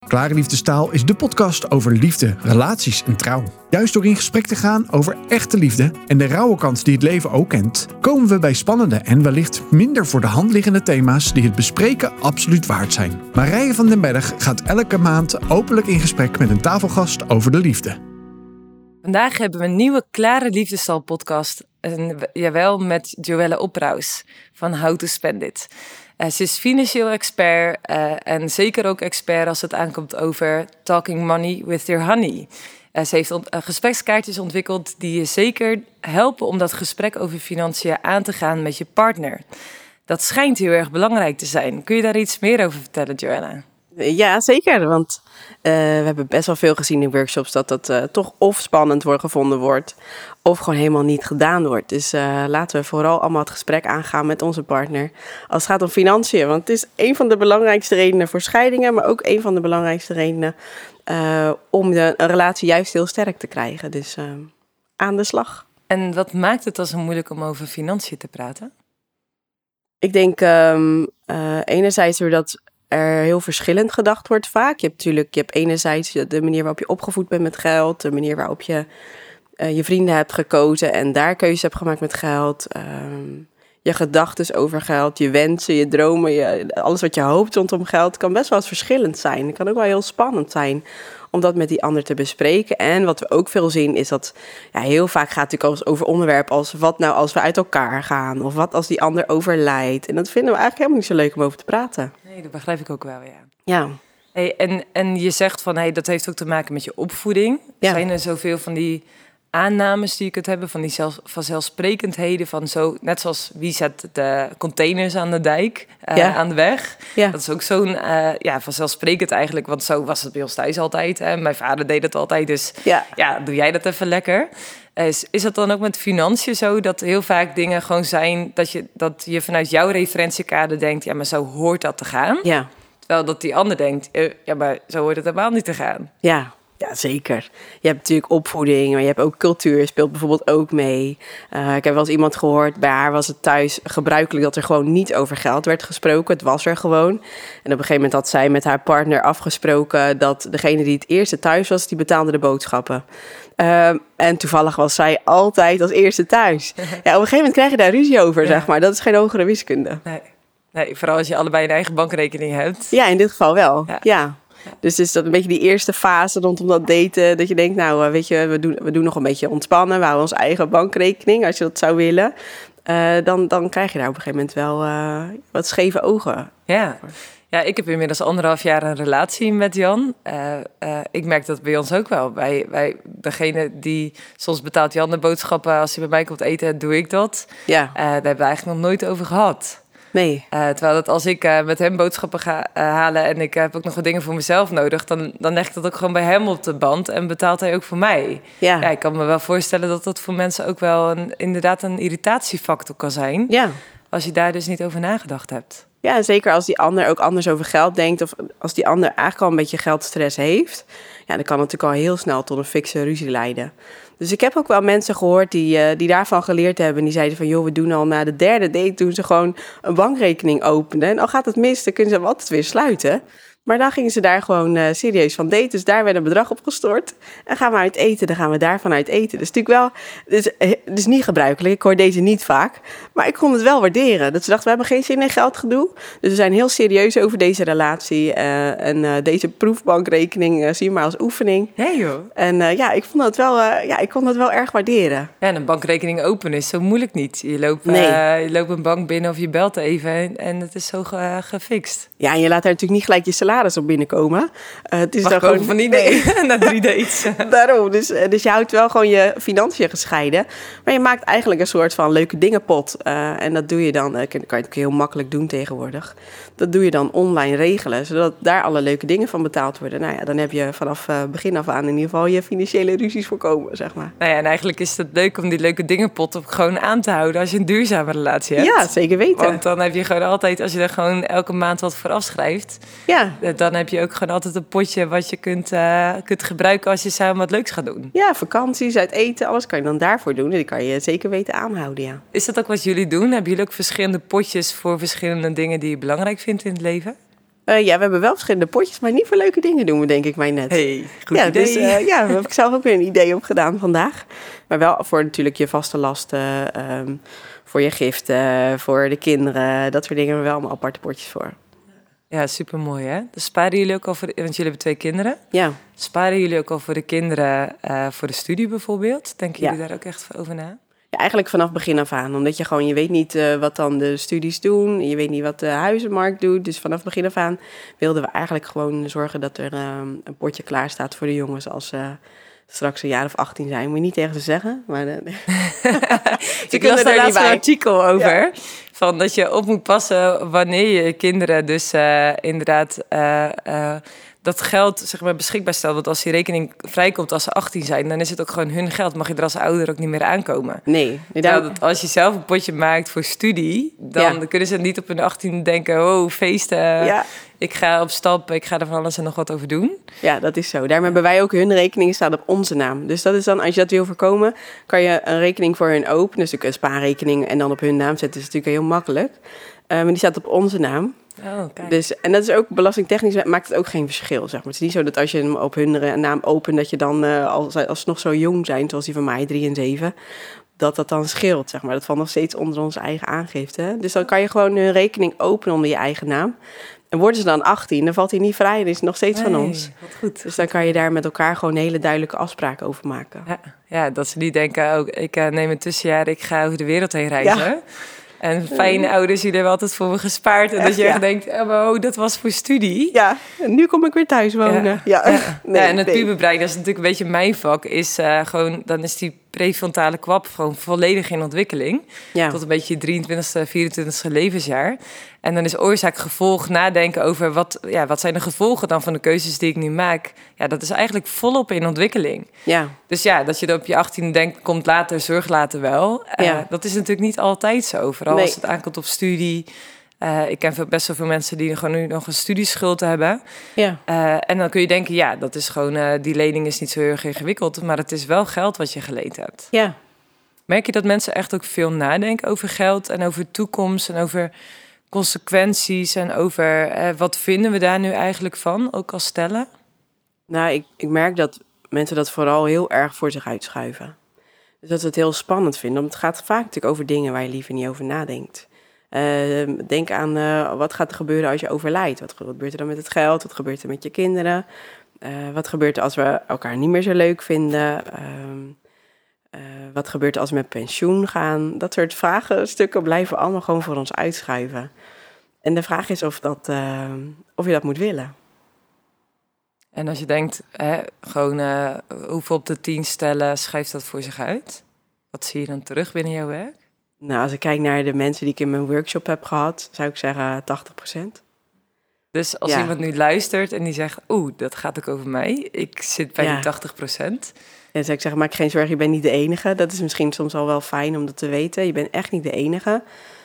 Klare Liefdestaal is de podcast over liefde, relaties en trouw. Juist door in gesprek te gaan over echte liefde en de rauwe kant die het leven ook kent, komen we bij spannende en wellicht minder voor de hand liggende thema's die het bespreken absoluut waard zijn. Marije van den Berg gaat elke maand openlijk in gesprek met een tafelgast over de liefde. Vandaag hebben we een nieuwe Klare Liefdestaal podcast. Jawel, met Joelle Ophuis van How to Spend It. Ze is financieel expert en zeker ook expert als het aankomt over talking money with your honey. Ze heeft gesprekskaartjes ontwikkeld die je zeker helpen om dat gesprek over financiën aan te gaan met je partner. Dat schijnt heel erg belangrijk te zijn. Kun je daar iets meer over vertellen, Joelle? Ja, zeker. Want we hebben best wel veel gezien in workshops dat toch of spannend gevonden wordt of gewoon helemaal niet gedaan wordt. Dus laten we vooral allemaal het gesprek aangaan met onze partner als het gaat om financiën. Want het is een van de belangrijkste redenen voor scheidingen, maar ook een van de belangrijkste redenen om een relatie juist heel sterk te krijgen. Dus aan de slag. En wat maakt het dan zo moeilijk om over financiën te praten? Ik denk enerzijds doordat er heel verschillend gedacht wordt vaak. Je hebt enerzijds de manier waarop je opgevoed bent met geld, de manier waarop je je vrienden hebt gekozen en daar keuzes hebt gemaakt met geld. Je gedachten over geld, je wensen, je dromen, alles wat je hoopt rondom geld kan best wel eens verschillend zijn. Het kan ook wel heel spannend zijn om dat met die ander te bespreken. En wat we ook veel zien is dat heel vaak gaat het natuurlijk over onderwerpen als wat nou als we uit elkaar gaan of wat als die ander overlijdt. En dat vinden we eigenlijk helemaal niet zo leuk om over te praten. Nee, dat begrijp ik ook wel, ja. Ja. Hey, en je zegt van, dat heeft ook te maken met je opvoeding. Ja. Zijn er zoveel van die aannames die je kunt hebben, van die vanzelfsprekendheden van zo, net zoals wie zet de containers aan de dijk, aan de weg. Ja. Dat is ook zo'n vanzelfsprekend eigenlijk, want zo was het bij ons thuis altijd. Hè? Mijn vader deed het altijd, dus doe jij dat even lekker. Is dat dan ook met financiën zo, dat heel vaak dingen gewoon zijn, dat je vanuit jouw referentiekader denkt, ja, maar zo hoort dat te gaan. Ja. Terwijl dat die ander denkt, ja, maar zo hoort het helemaal niet te gaan. Ja. Ja, zeker. Je hebt natuurlijk opvoeding, maar je hebt ook cultuur, speelt bijvoorbeeld ook mee. Ik heb wel eens iemand gehoord, bij haar was het thuis gebruikelijk dat er gewoon niet over geld werd gesproken. Het was er gewoon. En op een gegeven moment had zij met haar partner afgesproken dat degene die het eerste thuis was, die betaalde de boodschappen. En toevallig was zij altijd als eerste thuis. Ja, op een gegeven moment krijg je daar ruzie over, zeg maar. Dat is geen hogere wiskunde. Nee, vooral als je allebei een eigen bankrekening hebt. Ja, in dit geval wel, ja. Dus is dat een beetje die eerste fase rondom dat daten, dat je denkt, nou, weet je, we doen nog een beetje ontspannen. We houden onze eigen bankrekening, als je dat zou willen. Dan krijg je daar op een gegeven moment wel wat scheve ogen. Ja, ik heb inmiddels 1,5 jaar een relatie met Jan. Ik merk dat bij ons ook wel. Wij degene die soms betaalt Jan de boodschappen, als hij bij mij komt eten, doe ik dat. Ja. Daar hebben we eigenlijk nog nooit over gehad. Nee. Terwijl dat als ik met hem boodschappen ga halen en ik heb ook nog wat dingen voor mezelf nodig, dan leg ik dat ook gewoon bij hem op de band en betaalt hij ook voor mij. Ja, ik kan me wel voorstellen dat dat voor mensen ook wel inderdaad een irritatiefactor kan zijn. Ja. Als je daar dus niet over nagedacht hebt. Ja, en zeker als die ander ook anders over geld denkt of als die ander eigenlijk al een beetje geldstress heeft, ja, dan kan het natuurlijk al heel snel tot een fikse ruzie leiden. Dus ik heb ook wel mensen gehoord die daarvan geleerd hebben. En die zeiden van, joh, we doen al na de derde date, doen ze gewoon een bankrekening openen. En al gaat het mis, dan kunnen ze hem altijd weer sluiten. Maar dan gingen ze daar gewoon serieus van daten. Dus daar werd een bedrag op gestort. En gaan we uit eten, dan gaan we daarvan uit eten. Dat is natuurlijk wel, het is niet gebruikelijk. Ik hoor deze niet vaak. Maar ik kon het wel waarderen. Dat ze dachten, we hebben geen zin in geldgedoe. Dus we zijn heel serieus over deze relatie. En deze proefbankrekening zien we maar als oefening. Nee joh. En ik vond dat wel, ik kon dat wel erg waarderen. Ja, en een bankrekening openen is zo moeilijk niet. Je loopt een bank binnen of je belt even en het is zo gefixt. Ja, en je laat daar natuurlijk niet gelijk je salaris op binnenkomen. Het is dan gewoon van idee na 3 dates. Daarom, dus je houdt wel gewoon je financiën gescheiden. Maar je maakt eigenlijk een soort van leuke dingenpot. En dat doe je dan, kan je het ook heel makkelijk doen tegenwoordig. Dat doe je dan online regelen, zodat daar alle leuke dingen van betaald worden. Nou ja, dan heb je vanaf begin af aan in ieder geval je financiële ruzies voorkomen, zeg maar. Nou ja, en eigenlijk is het leuk om die leuke dingenpot ook gewoon aan te houden als je een duurzame relatie hebt. Ja, zeker weten. Want dan heb je gewoon altijd, als je er gewoon elke maand wat voor afschrijft, dan heb je ook gewoon altijd een potje wat je kunt gebruiken als je samen wat leuks gaat doen. Ja, vakanties, uit eten, alles kan je dan daarvoor doen. En die kan je zeker weten aanhouden, ja. Is dat ook wat jullie doen? Hebben jullie ook verschillende potjes voor verschillende dingen die je belangrijk vindt in het leven? We hebben wel verschillende potjes, maar niet voor leuke dingen doen we, denk ik, mij net. Hey, goed idee. Dus daar heb ik zelf ook weer een idee op gedaan vandaag. Maar wel voor natuurlijk je vaste lasten, voor je giften, voor de kinderen. Dat soort dingen hebben we wel allemaal aparte potjes voor. Ja, supermooi hè. Dus sparen jullie ook al voor, want jullie hebben 2 kinderen. Ja. Sparen jullie ook al voor de kinderen voor de studie bijvoorbeeld? Denken jullie daar ook echt over na? Ja, eigenlijk vanaf begin af aan. Omdat je weet niet wat dan de studies doen. Je weet niet wat de huizenmarkt doet. Dus vanaf begin af aan wilden we eigenlijk gewoon zorgen dat er een potje klaar staat voor de jongens als ze straks een jaar of 18 zijn. Moet je niet tegen ze zeggen. Maar ik las daar laatst een artikel over. Ja. Van dat je op moet passen wanneer je kinderen dus inderdaad dat geld zeg maar beschikbaar stelt. Want als die rekening vrijkomt als ze 18 zijn, dan is het ook gewoon hun geld. Mag je er als ouder ook niet meer aankomen. Nee. Dat als je zelf een potje maakt voor studie, dan kunnen ze niet op hun 18 denken, oh, feesten. Ja. Ik ga op stap, ik ga er van alles en nog wat over doen. Ja, dat is zo. Daarom hebben wij ook hun rekening staan op onze naam. Dus dat is dan, als je dat wil voorkomen, kan je een rekening voor hun openen. Dus een spaarrekening en dan op hun naam zetten. Dat is natuurlijk heel makkelijk. Maar die staat op onze naam. Oh, kijk. Dus, en dat is ook belastingtechnisch, maakt het ook geen verschil, zeg maar. Het is niet zo dat als je hem op hun naam opent, dat je dan, als ze nog zo jong zijn, zoals die van mij, 3 en 7... dat dan scheelt, zeg maar. Dat valt nog steeds onder onze eigen aangifte. Dus dan kan je gewoon een rekening openen onder je eigen naam. En worden ze dan 18, dan valt hij niet vrij en is het nog steeds van ons. Wat goed. Dus dan kan je daar met elkaar gewoon hele duidelijke afspraken over maken. Ja, dat ze niet denken, ook ik neem een tussenjaar, ik ga over de wereld heen reizen. Ja. En fijne ouders, jullie hebben altijd voor me gespaard. En dat je echt denkt, oh, dat was voor studie. Ja, en nu kom ik weer thuis wonen. En het puberbrein, dat is natuurlijk een beetje mijn vak, is gewoon, dan is die prefrontale kwab gewoon volledig in ontwikkeling. Ja. Tot een beetje je 23e, 24e levensjaar. En dan is oorzaak-gevolg nadenken over wat zijn de gevolgen dan van de keuzes die ik nu maak. Ja, dat is eigenlijk volop in ontwikkeling. Ja. Dus ja, dat je er op je 18 denkt, komt later, zorg later wel. Dat is natuurlijk niet altijd zo. Vooral als het aankomt op studie. Ik ken best wel veel mensen die gewoon nu nog een studieschuld hebben. Ja. En dan kun je denken, dat is gewoon, die lening is niet zo heel erg ingewikkeld. Maar het is wel geld wat je geleend hebt. Ja. Merk je dat mensen echt ook veel nadenken over geld en over toekomst en over consequenties en over wat vinden we daar nu eigenlijk van, ook als stellen? Nou, ik merk dat mensen dat vooral heel erg voor zich uitschuiven. Dus dat ze het heel spannend vinden, want het gaat vaak natuurlijk over dingen waar je liever niet over nadenkt. Denk aan wat gaat er gebeuren als je overlijdt. Wat gebeurt er dan met het geld? Wat gebeurt er met je kinderen? Wat gebeurt er als we elkaar niet meer zo leuk vinden? Wat gebeurt er als we met pensioen gaan? Dat soort vraagstukken blijven allemaal gewoon voor ons uitschuiven. En de vraag is of je dat moet willen. En als je denkt, hoeveel op de 10 stellen schuift dat voor zich uit? Wat zie je dan terug binnen jouw werk? Nou, als ik kijk naar de mensen die ik in mijn workshop heb gehad, zou ik zeggen 80%. Dus als iemand nu luistert en die zegt, dat gaat ook over mij. Ik zit bij die 80%. En dan zou ik zeggen, maak geen zorgen, je bent niet de enige. Dat is misschien soms al wel fijn om dat te weten. Je bent echt niet de enige.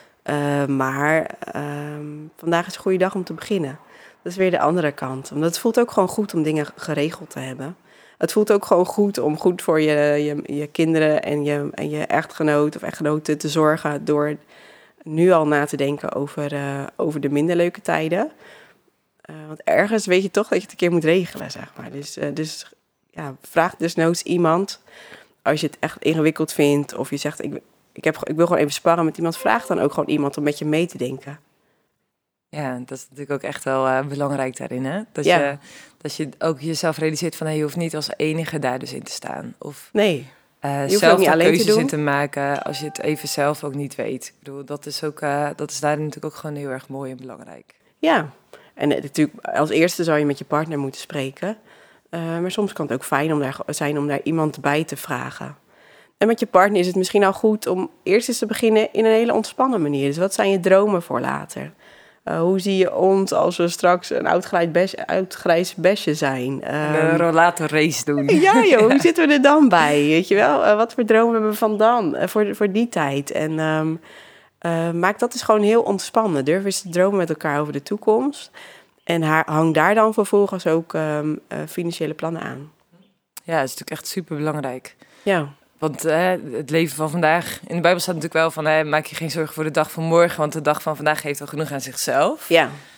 Maar vandaag is een goede dag om te beginnen. Dat is weer de andere kant. Omdat het voelt ook gewoon goed om dingen geregeld te hebben. Het voelt ook gewoon goed om goed voor je kinderen en je echtgenoot of echtgenote te zorgen door nu al na te denken over de minder leuke tijden. Want ergens weet je toch dat je het een keer moet regelen, zeg maar. Dus vraag desnoods iemand, als je het echt ingewikkeld vindt of je zegt, ik wil gewoon even sparren met iemand, vraag dan ook gewoon iemand om met je mee te denken. Ja, dat is natuurlijk ook echt wel belangrijk daarin, hè? Dat je ook jezelf realiseert van, je hoeft niet als enige daar dus in te staan. Of je hoeft zelf niet alleen keuzes in te maken als je het even zelf ook niet weet. Ik bedoel, dat is daar natuurlijk ook gewoon heel erg mooi en belangrijk. Ja, en natuurlijk als eerste zou je met je partner moeten spreken. Maar soms kan het ook fijn om daar iemand bij te vragen. En met je partner is het misschien al goed om eerst eens te beginnen in een hele ontspannen manier. Dus wat zijn je dromen voor later? Hoe zie je ons als we straks een oud grijs besje zijn? Een rollatorrace doen. Ja joh, hoe zitten we er dan bij? Weet je wel? Wat voor dromen hebben we van dan? Voor die tijd. En maak dat is gewoon heel ontspannen. Durf eens te dromen met elkaar over de toekomst. En hang daar dan vervolgens ook financiële plannen aan. Ja, dat is natuurlijk echt super belangrijk. Ja. Want het leven van vandaag, in de Bijbel staat natuurlijk wel van, maak je geen zorgen voor de dag van morgen, want de dag van vandaag heeft al genoeg aan zichzelf. Ja.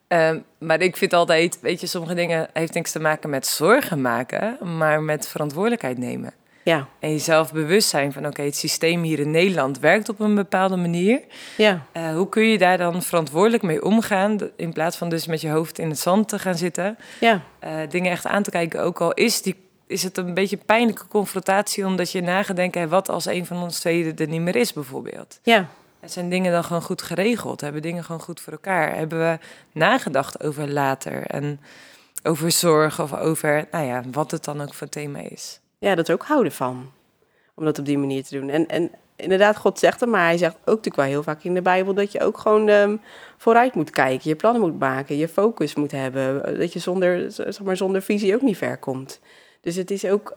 Maar ik vind altijd, weet je, sommige dingen heeft niks te maken met zorgen maken, maar met verantwoordelijkheid nemen. Ja. En jezelf bewust zijn van, oké, het systeem hier in Nederland werkt op een bepaalde manier. Ja. Hoe kun je daar dan verantwoordelijk mee omgaan, in plaats van dus met je hoofd in het zand te gaan zitten. Ja. Dingen echt aan te kijken, ook al is het een beetje een pijnlijke confrontatie, omdat je na gaat denken, wat als een van ons tweeën er niet meer is, bijvoorbeeld. Ja. Zijn dingen dan gewoon goed geregeld? Hebben dingen gewoon goed voor elkaar? Hebben we nagedacht over later en over zorg of over, wat het dan ook voor thema is? Ja, dat is ook houden van. Om dat op die manier te doen. En inderdaad, God zegt het, maar hij zegt ook natuurlijk wel heel vaak in de Bijbel dat je ook gewoon vooruit moet kijken. Je plannen moet maken, je focus moet hebben. Dat je zonder visie ook niet ver komt. Dus het is ook,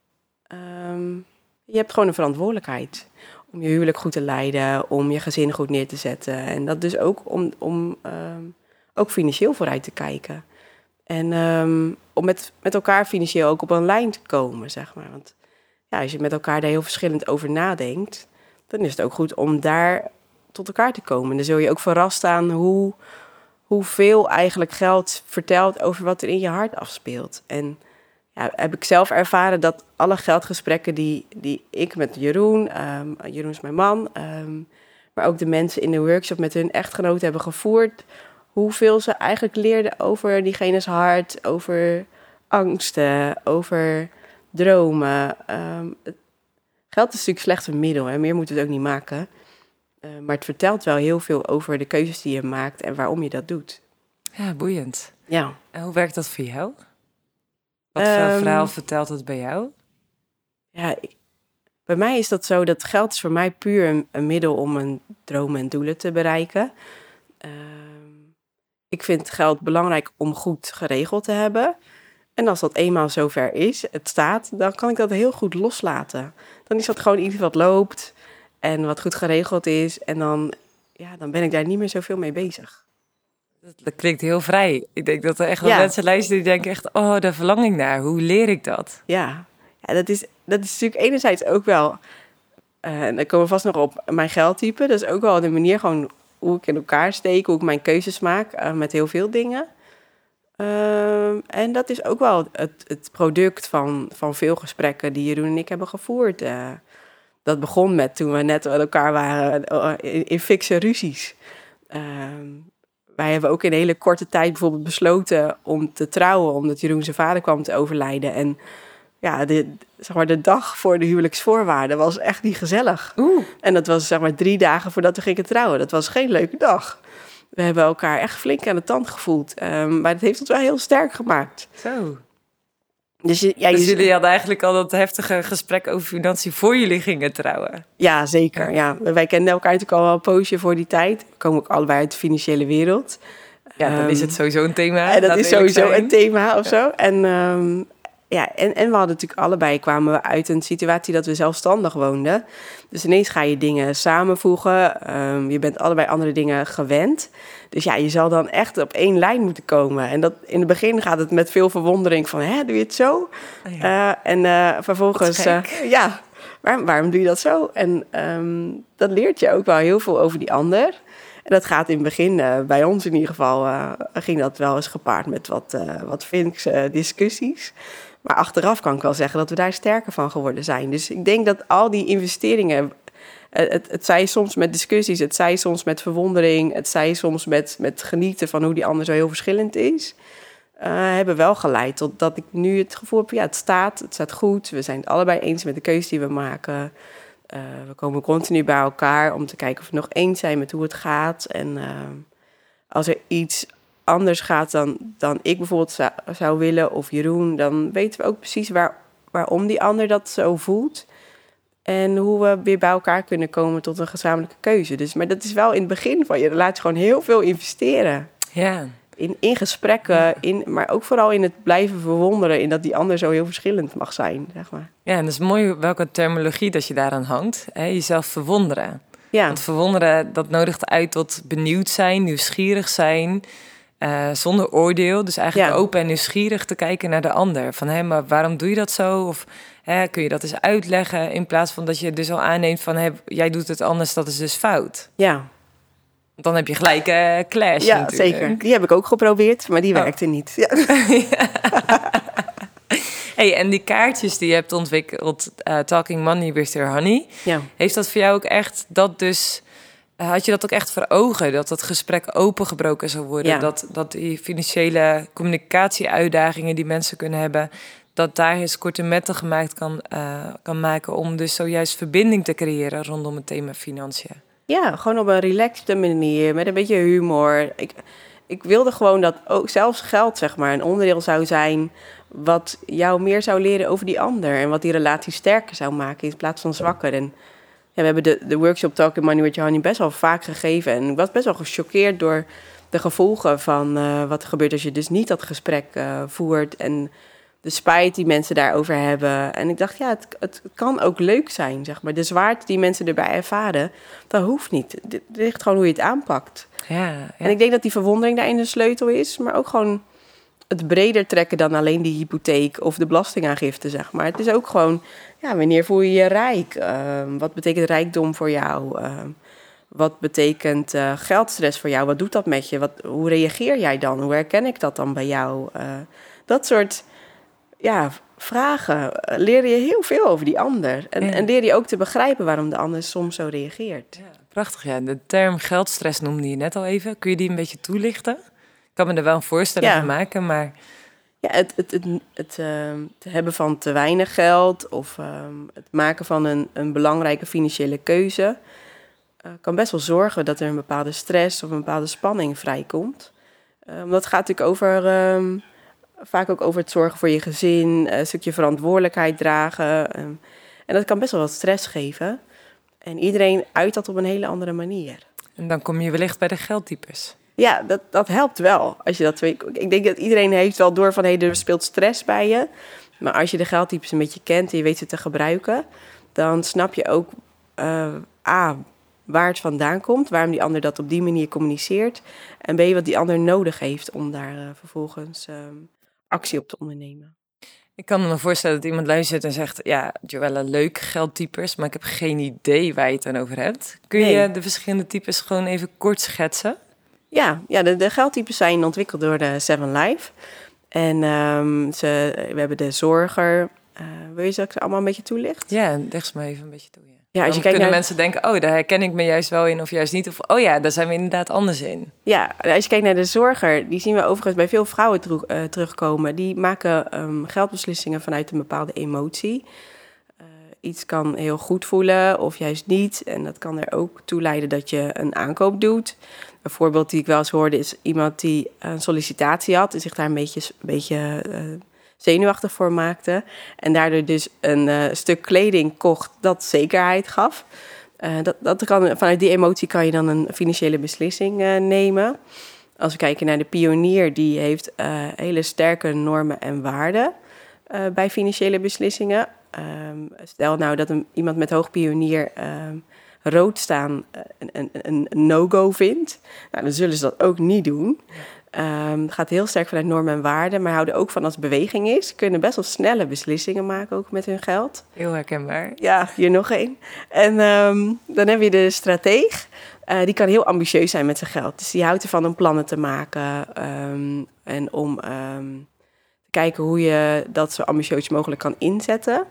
je hebt gewoon een verantwoordelijkheid om je huwelijk goed te leiden, om je gezin goed neer te zetten. En dat dus ook om ook financieel vooruit te kijken. En om met elkaar financieel ook op een lijn te komen, zeg maar. Want ja, als je met elkaar daar heel verschillend over nadenkt, dan is het ook goed om daar tot elkaar te komen. En dan zul je ook verrast staan hoeveel eigenlijk geld vertelt over wat er in je hart afspeelt. En ja, heb ik zelf ervaren dat alle geldgesprekken die ik met Jeroen, Jeroen is mijn man, maar ook de mensen in de workshop met hun echtgenoot hebben gevoerd, hoeveel ze eigenlijk leerden over diegene's hart, over angsten, over dromen. Geld is natuurlijk slechts een middel, hè? Meer moet het ook niet maken. Maar het vertelt wel heel veel over de keuzes die je maakt en waarom je dat doet. Ja, boeiend. Ja. En hoe werkt dat voor jou? Wat voor verhaal vertelt het bij jou? Ja, bij mij is dat zo dat geld is voor mij puur een middel om mijn dromen en doelen te bereiken. Ik vind geld belangrijk om goed geregeld te hebben. En als dat eenmaal zover is, het staat, dan kan ik dat heel goed loslaten. Dan is dat gewoon iets wat loopt en wat goed geregeld is. En dan ben ik daar niet meer zoveel mee bezig. Dat klinkt heel vrij. Ik denk dat er echt wel mensen luisteren die denken echt, oh, daar verlang ik naar. Hoe leer ik dat? Ja, dat is natuurlijk enerzijds ook wel, en dan komen we vast nog op mijn geldtype. Dat is ook wel de manier gewoon hoe ik in elkaar steek, hoe ik mijn keuzes maak met heel veel dingen. En dat is ook wel het product van veel gesprekken die Jeroen en ik hebben gevoerd. Dat begon met toen we net met elkaar waren in fikse ruzies. Wij hebben ook in een hele korte tijd bijvoorbeeld besloten om te trouwen, omdat Jeroen zijn vader kwam te overlijden. En ja, de dag voor de huwelijksvoorwaarden was echt niet gezellig. Oeh. En dat was 3 dagen voordat we gingen trouwen. Dat was geen leuke dag. We hebben elkaar echt flink aan de tand gevoeld. Maar het heeft ons wel heel sterk gemaakt. Zo. Dus jullie hadden eigenlijk al dat heftige gesprek over financiën voor jullie gingen trouwen? Ja, zeker. Ja. Wij kenden elkaar natuurlijk al wel een poosje voor die tijd. We komen ook allebei uit de financiële wereld. Ja, dan is het sowieso een thema. En dat is sowieso een thema of zo. En we hadden natuurlijk allebei, kwamen we uit een situatie dat we zelfstandig woonden. Dus ineens ga je dingen samenvoegen. Je bent allebei andere dingen gewend. Dus ja, je zal dan echt op één lijn moeten komen. En dat in het begin gaat het met veel verwondering van, doe je het zo? Oh ja. Vervolgens, waarom doe je dat zo? En dat leert je ook wel heel veel over die ander. En dat gaat in het begin, bij ons in ieder geval, ging dat wel eens gepaard met wat Vinkse discussies. Maar achteraf kan ik wel zeggen dat we daar sterker van geworden zijn. Dus ik denk dat al die investeringen, het zij soms met discussies, het zij soms met verwondering, het zij soms met genieten van hoe die ander zo heel verschillend is, hebben wel geleid tot dat ik nu het gevoel heb, het staat goed. We zijn het allebei eens met de keuze die we maken. We komen continu bij elkaar om te kijken of we nog eens zijn met hoe het gaat. En als er iets anders gaat dan ik bijvoorbeeld zou willen of Jeroen, dan weten we ook precies waarom die ander dat zo voelt. En hoe we weer bij elkaar kunnen komen tot een gezamenlijke keuze. Maar dat is wel in het begin van je relatie gewoon heel veel investeren. Ja. In gesprekken, maar ook vooral in het blijven verwonderen, in dat die ander zo heel verschillend mag zijn, zeg maar. Ja, en dat is mooi welke terminologie dat je daaraan hangt. Hè? Jezelf verwonderen. Ja. Want verwonderen, dat nodigt uit tot benieuwd zijn, nieuwsgierig zijn, zonder oordeel. Dus eigenlijk open en nieuwsgierig te kijken naar de ander. Van, maar waarom doe je dat zo? Of kun je dat eens uitleggen? In plaats van dat je dus al aanneemt van, jij doet het anders, dat is dus fout. Ja. Dan heb je gelijk clash. Ja, natuurlijk. zeker. Die heb ik ook geprobeerd, maar die werkte niet. Ja. Hey, en die kaartjes die je hebt ontwikkeld, Talking Money with Your Honey. Ja. Heeft dat voor jou ook echt dat dus... had je dat ook echt voor ogen? Dat het gesprek opengebroken zou worden? Ja. Dat die financiële communicatieuitdagingen die mensen kunnen hebben... dat daar eens korte metten gemaakt kan maken... om dus zojuist verbinding te creëren rondom het thema financiën. Ja, gewoon op een relaxte manier, met een beetje humor. Ik wilde gewoon dat ook zelfs geld, zeg maar, een onderdeel zou zijn... wat jou meer zou leren over die ander... en wat die relatie sterker zou maken in plaats van zwakker. En ja, we hebben de workshop Talking Money with Your Honey best wel vaak gegeven... en ik was best wel gechoqueerd door de gevolgen van wat er gebeurt... als je dus niet dat gesprek voert... en de spijt die mensen daarover hebben. En ik dacht, ja, het kan ook leuk zijn, zeg maar. De zwaarte die mensen erbij ervaren, dat hoeft niet. Het ligt gewoon hoe je het aanpakt. Ja. En ik denk dat die verwondering daarin de sleutel is... maar ook gewoon het breder trekken dan alleen die hypotheek... of de belastingaangifte, zeg maar. Het is ook gewoon, ja, wanneer voel je je rijk? Wat betekent rijkdom voor jou? Wat betekent geldstress voor jou? Wat doet dat met je? Hoe reageer jij dan? Hoe herken ik dat dan bij jou? Dat soort... ja, vragen leer je heel veel over die ander. En leer je ook te begrijpen waarom de ander soms zo reageert. Ja, prachtig, ja. De term geldstress noemde je net al even. Kun je die een beetje toelichten? Ik kan me er wel een voorstelling van maken, maar... Ja, het hebben van te weinig geld... of het maken van een belangrijke financiële keuze... kan best wel zorgen dat er een bepaalde stress of een bepaalde spanning vrijkomt. Dat gaat natuurlijk over... vaak ook over het zorgen voor je gezin, een stukje verantwoordelijkheid dragen. En dat kan best wel wat stress geven. En iedereen uit dat op een hele andere manier. En dan kom je wellicht bij de geldtypes. Ja, dat helpt wel. Als je dat weet. Ik denk dat iedereen heeft wel door van... er speelt stress bij je. Maar als je de geldtypes een beetje kent en je weet ze te gebruiken... dan snap je ook waar het vandaan komt... waarom die ander dat op die manier communiceert... en B, wat die ander nodig heeft om daar vervolgens... actie op te ondernemen. Ik kan me voorstellen dat iemand luistert en zegt... ja, Joëlla, leuk geldtypes, maar ik heb geen idee waar je het dan over hebt. Kun je de verschillende types gewoon even kort schetsen? Ja, de geldtypes zijn ontwikkeld door de Seven Life. En we hebben de zorger. Wil je ze allemaal een beetje toelichten? Ja, leg ze maar even een beetje toe. Ja, als je kijkt kunnen mensen denken, daar herken ik me juist wel in of juist niet. Of daar zijn we inderdaad anders in. Ja, als je kijkt naar de zorger, die zien we overigens bij veel vrouwen terugkomen. Die maken geldbeslissingen vanuit een bepaalde emotie. Iets kan heel goed voelen of juist niet. En dat kan er ook toe leiden dat je een aankoop doet. Een voorbeeld die ik wel eens hoorde is iemand die een sollicitatie had... en zich daar een beetje zenuwachtig voor maakte. En daardoor dus een stuk kleding kocht dat zekerheid gaf. Vanuit die emotie kan je dan een financiële beslissing nemen. Als we kijken naar de pionier, die heeft hele sterke normen en waarden bij financiële beslissingen. Stel nou dat iemand met hoog pionier rood staan een no-go vindt. Nou, dan zullen ze dat ook niet doen. Het gaat heel sterk vanuit normen en waarden, maar houden ook van als het beweging is. Kunnen best wel snelle beslissingen maken, ook met hun geld. Heel herkenbaar. Ja, hier nog één. En dan heb je de strateeg. Die kan heel ambitieus zijn met zijn geld. Dus die houdt ervan om plannen te maken. En om te kijken hoe je dat zo ambitieus mogelijk kan inzetten.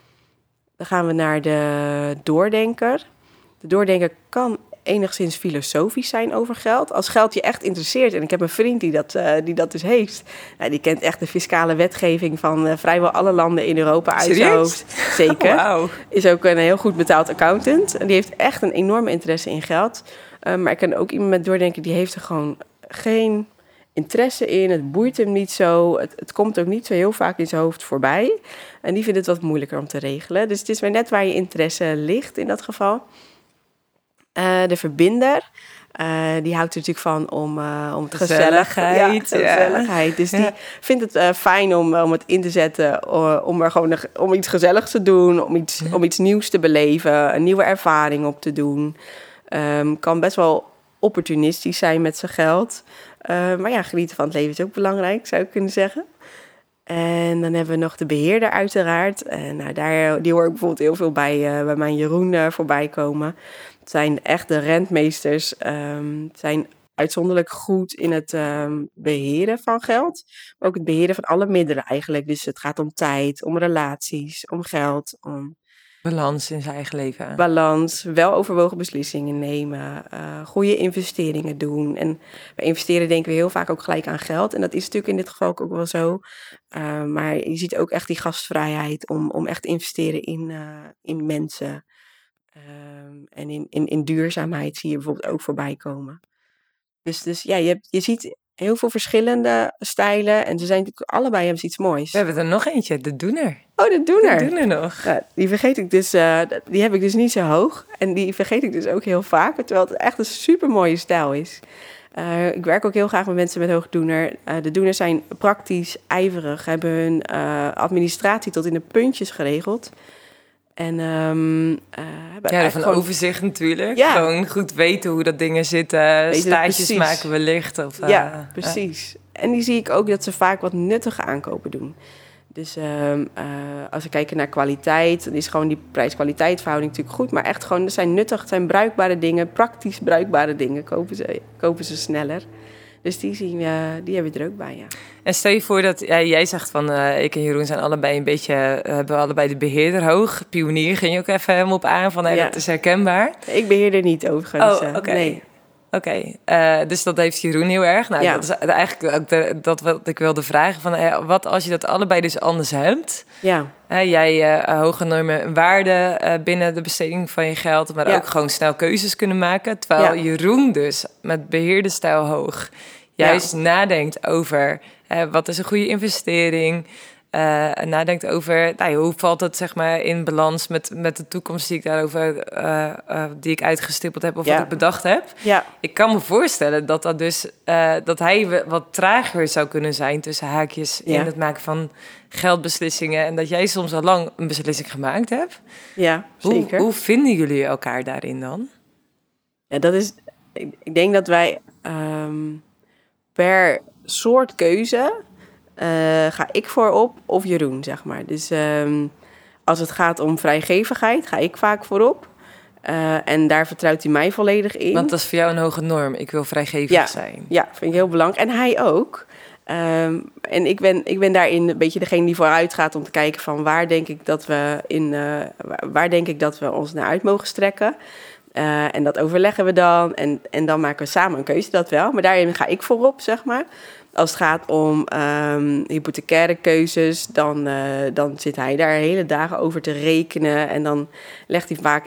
Dan gaan we naar de doordenker. De doordenker kan enigszins filosofisch zijn over geld. Als geld je echt interesseert, en ik heb een vriend die dat dus heeft. Nou, die kent echt de fiscale wetgeving van vrijwel alle landen in Europa uit zijn hoofd. Zeker. Wow. Is ook een heel goed betaald accountant. En die heeft echt een enorme interesse in geld. Maar ik ken ook iemand met doordenken, die heeft er gewoon geen interesse in. Het boeit hem niet zo. Het komt ook niet zo heel vaak in zijn hoofd voorbij. En die vindt het wat moeilijker om te regelen. Dus het is maar net waar je interesse ligt in dat geval. De verbinder, die houdt er natuurlijk van om het gezelligheid. Gezelligheid. Dus die vindt het fijn om het in te zetten, om iets gezelligs te doen, om iets nieuws te beleven, een nieuwe ervaring op te doen. Kan best wel opportunistisch zijn met zijn geld. Maar ja, genieten van het leven is ook belangrijk, zou ik kunnen zeggen. En dan hebben we nog de beheerder uiteraard. Die hoor ik bijvoorbeeld heel veel bij mijn Jeroen voorbij komen. zijn echt de rentmeesters, zijn uitzonderlijk goed in het beheren van geld. Maar ook het beheren van alle middelen eigenlijk. Dus het gaat om tijd, om relaties, om geld, om balans in zijn eigen leven. Balans, weloverwogen beslissingen nemen, goede investeringen doen. En bij investeren denken we heel vaak ook gelijk aan geld. En dat is natuurlijk in dit geval ook wel zo. Maar je ziet ook echt die gastvrijheid om echt te investeren in mensen. En in duurzaamheid zie je bijvoorbeeld ook voorbij komen. Dus ja, je ziet heel veel verschillende stijlen. En ze zijn natuurlijk allebei hebben ze iets moois. We hebben er nog eentje, de Doener. Oh, de Doener. De Doener nog. Ja, die vergeet ik dus, die heb ik dus niet zo hoog. En die vergeet ik dus ook heel vaak. Terwijl het echt een super mooie stijl is. Ik werk ook heel graag met mensen met hoge Doener. De Doeners zijn praktisch, ijverig. Hebben hun administratie tot in de puntjes geregeld. En van overzicht natuurlijk. Ja. Gewoon goed weten hoe dat dingen zitten. Staartjes maken wellicht. Ja, precies. En die zie ik ook dat ze vaak wat nuttige aankopen doen. Dus als we kijken naar kwaliteit, dan is gewoon die prijs-kwaliteit verhouding natuurlijk goed. Maar echt gewoon, er zijn nuttig, het zijn bruikbare dingen, praktisch bruikbare dingen kopen ze sneller. Dus die hebben we er ook bij, ja. En stel je voor dat jij zegt van ik en Jeroen zijn allebei een beetje, hebben allebei de beheerder hoog. Pionier ging je ook even helemaal op aan van dat is herkenbaar. Ik beheer er niet overigens. Oh, oké. Nee. Oké, dus dat heeft Jeroen heel erg. Nou, dat is eigenlijk ook dat wat ik wilde vragen. Van, wat als je dat allebei dus anders hebt? Ja. Jij hoge normen en waarden binnen de besteding van je geld... maar ook gewoon snel keuzes kunnen maken. Terwijl Jeroen dus met beheerderstijl hoog... juist nadenkt over wat is een goede investering... nadenkt over hoe valt het zeg maar in balans met de toekomst die ik daarover die ik uitgestippeld heb of wat ik bedacht heb. Ja. Ik kan me voorstellen dat dus dat hij wat trager zou kunnen zijn tussen haakjes in het maken van geldbeslissingen en dat jij soms al lang een beslissing gemaakt hebt. Ja, zeker. Hoe vinden jullie elkaar daarin dan? Ja, dat is. Ik denk dat wij per soort keuze ga ik voorop of Jeroen, zeg maar. Dus als het gaat om vrijgevigheid, ga ik vaak voorop. En daar vertrouwt hij mij volledig in. Want dat is voor jou een hoge norm. Ik wil vrijgevig zijn. Ja, vind ik heel belangrijk. En hij ook. En ik ben daarin een beetje degene die vooruit gaat om te kijken van waar denk ik dat we ons naar uit mogen strekken. En dat overleggen we dan. En dan maken we samen een keuze, dat wel. Maar daarin ga ik voorop, zeg maar. Als het gaat om hypothecaire keuzes, dan zit hij daar hele dagen over te rekenen. En dan legt hij vaak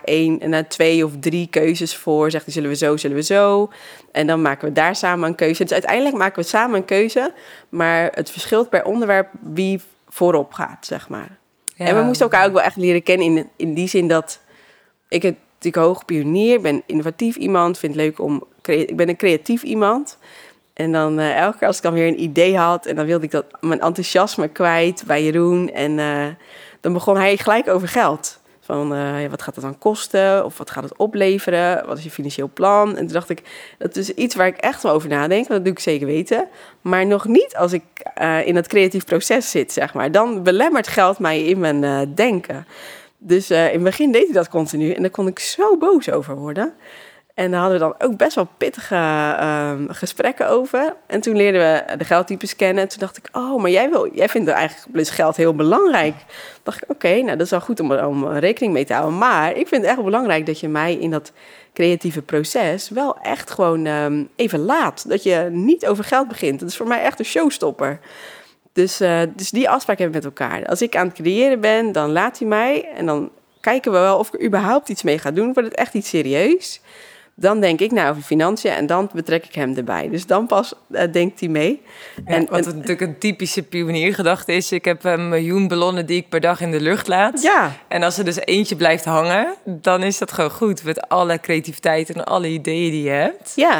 2 of 3 keuzes voor. Zegt hij, zullen we zo? En dan maken we daar samen een keuze. Dus uiteindelijk maken we samen een keuze. Maar het verschilt per onderwerp wie voorop gaat, zeg maar. Ja. En we moesten elkaar ook wel echt leren kennen in die zin dat ik het natuurlijk hoog pionier. Ik ben innovatief iemand, vind het leuk ik ben een creatief iemand. En dan elke keer als ik dan weer een idee had en dan wilde ik mijn enthousiasme kwijt bij Jeroen. En dan begon hij gelijk over geld. Van wat gaat het dan kosten? Of wat gaat het opleveren? Wat is je financieel plan? En toen dacht ik, dat is iets waar ik echt wel over nadenk. Dat doe ik zeker weten. Maar nog niet als ik in dat creatief proces zit, zeg maar. Dan belemmert geld mij in mijn denken. Dus in het begin deed hij dat continu. En daar kon ik zo boos over worden. En daar hadden we dan ook best wel pittige gesprekken over. En toen leerden we de geldtypes kennen. En toen dacht ik, maar jij vindt eigenlijk plus geld heel belangrijk. Toen dacht ik, oké, nou dat is wel goed om rekening mee te houden. Maar ik vind het echt belangrijk dat je mij in dat creatieve proces wel echt gewoon even laat. Dat je niet over geld begint. Dat is voor mij echt een showstopper. Dus die afspraak hebben we met elkaar. Als ik aan het creëren ben, dan laat hij mij. En dan kijken we wel of ik er überhaupt iets mee ga doen. Wordt het echt iets serieus? Dan denk ik over financiën en dan betrek ik hem erbij. Dus dan pas denkt hij mee. Ja, wat natuurlijk een typische pioniergedachte is. Ik heb 1 miljoen ballonnen die ik per dag in de lucht laat. Ja. En als er dus eentje blijft hangen, dan is dat gewoon goed. Met alle creativiteit en alle ideeën die je hebt. Ja.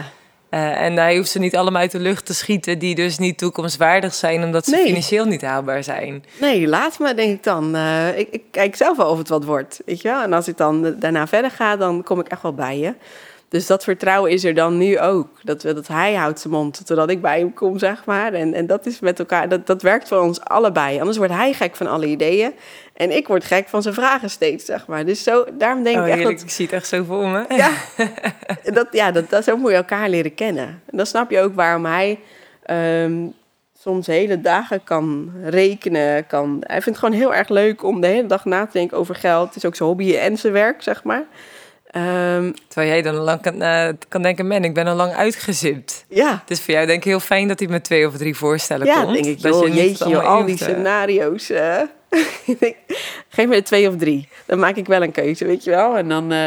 En hij hoeft ze niet allemaal uit de lucht te schieten... die dus niet toekomstwaardig zijn... omdat ze financieel niet haalbaar zijn. Nee, laat me, denk ik dan. Ik kijk zelf wel of het wat wordt, weet je wel. En als ik dan daarna verder ga, dan kom ik echt wel bij je. Dus dat vertrouwen is er dan nu ook. Dat hij houdt zijn mond totdat ik bij hem kom, zeg maar. En dat is met elkaar, dat werkt voor ons allebei. Anders wordt hij gek van alle ideeën. En ik word gek van zijn vragen steeds, zeg maar. Dus daarom denk ik echt heerlijk, ik zie het echt zo voor me. Ja, zo moet je elkaar leren kennen. En dan snap je ook waarom hij soms hele dagen kan rekenen. Hij vindt het gewoon heel erg leuk om de hele dag na te denken over geld. Het is ook zijn hobby en zijn werk, zeg maar. Terwijl jij dan lang kan denken, man, ik ben al lang uitgezipt. Ja. Het is voor jou denk ik heel fijn dat hij met 2 of 3 voorstellen komt. Ja, denk ik, jeetje, al die scenario's. Geef me 2 of 3. Dan maak ik wel een keuze, weet je wel. En dan,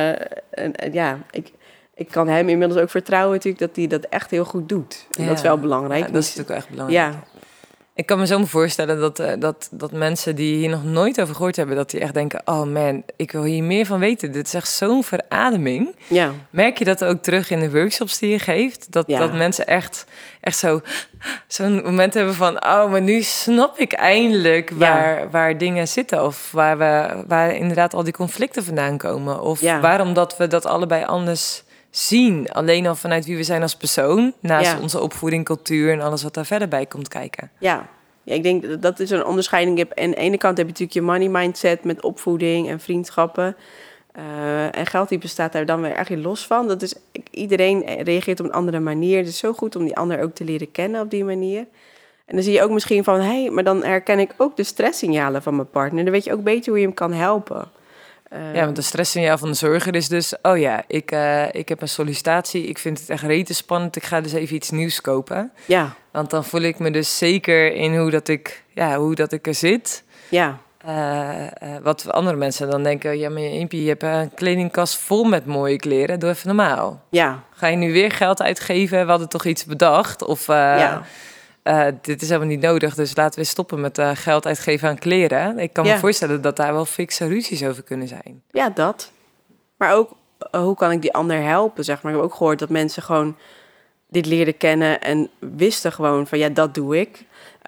ik kan hem inmiddels ook vertrouwen natuurlijk dat hij dat echt heel goed doet. En dat is wel belangrijk. Ja, dat is natuurlijk echt belangrijk. Ja. Ik kan me zo voorstellen dat mensen die hier nog nooit over gehoord hebben, dat die echt denken, oh man, ik wil hier meer van weten. Dit is echt zo'n verademing. Ja. Merk je dat ook terug in de workshops die je geeft? Dat mensen echt zo'n moment hebben van, oh, maar nu snap ik eindelijk waar dingen zitten. Of waar inderdaad al die conflicten vandaan komen. Of waarom dat we dat allebei anders zien. Alleen al vanuit wie we zijn als persoon. Naast onze opvoeding, cultuur en alles wat daar verder bij komt kijken. Ja, ik denk dat is een onderscheiding. Aan de ene kant heb je natuurlijk je money mindset met opvoeding en vriendschappen. En geldtype staat daar dan weer eigenlijk los van. Dat is, iedereen reageert op een andere manier. Het is zo goed om die ander ook te leren kennen op die manier. En dan zie je ook misschien van, maar dan herken ik ook de stresssignalen van mijn partner. Dan weet je ook beter hoe je hem kan helpen. Want de stresssignaal van de zorger is dus, ik heb een sollicitatie, ik vind het echt rete spannend, ik ga dus even iets nieuws kopen. Ja. Want dan voel ik me dus zeker in hoe dat ik er zit. Ja. Wat andere mensen dan denken, maar je hebt een kledingkast vol met mooie kleren, doe even normaal. Ja. Ga je nu weer geld uitgeven, we hadden toch iets bedacht? Of dit is helemaal niet nodig, dus laten we stoppen met geld uitgeven aan kleren. Ik kan me voorstellen dat daar wel fikse ruzies over kunnen zijn. Ja, dat. Maar ook, hoe kan ik die ander helpen, zeg maar. Ik heb ook gehoord dat mensen gewoon dit leerden kennen en wisten gewoon van, dat doe ik.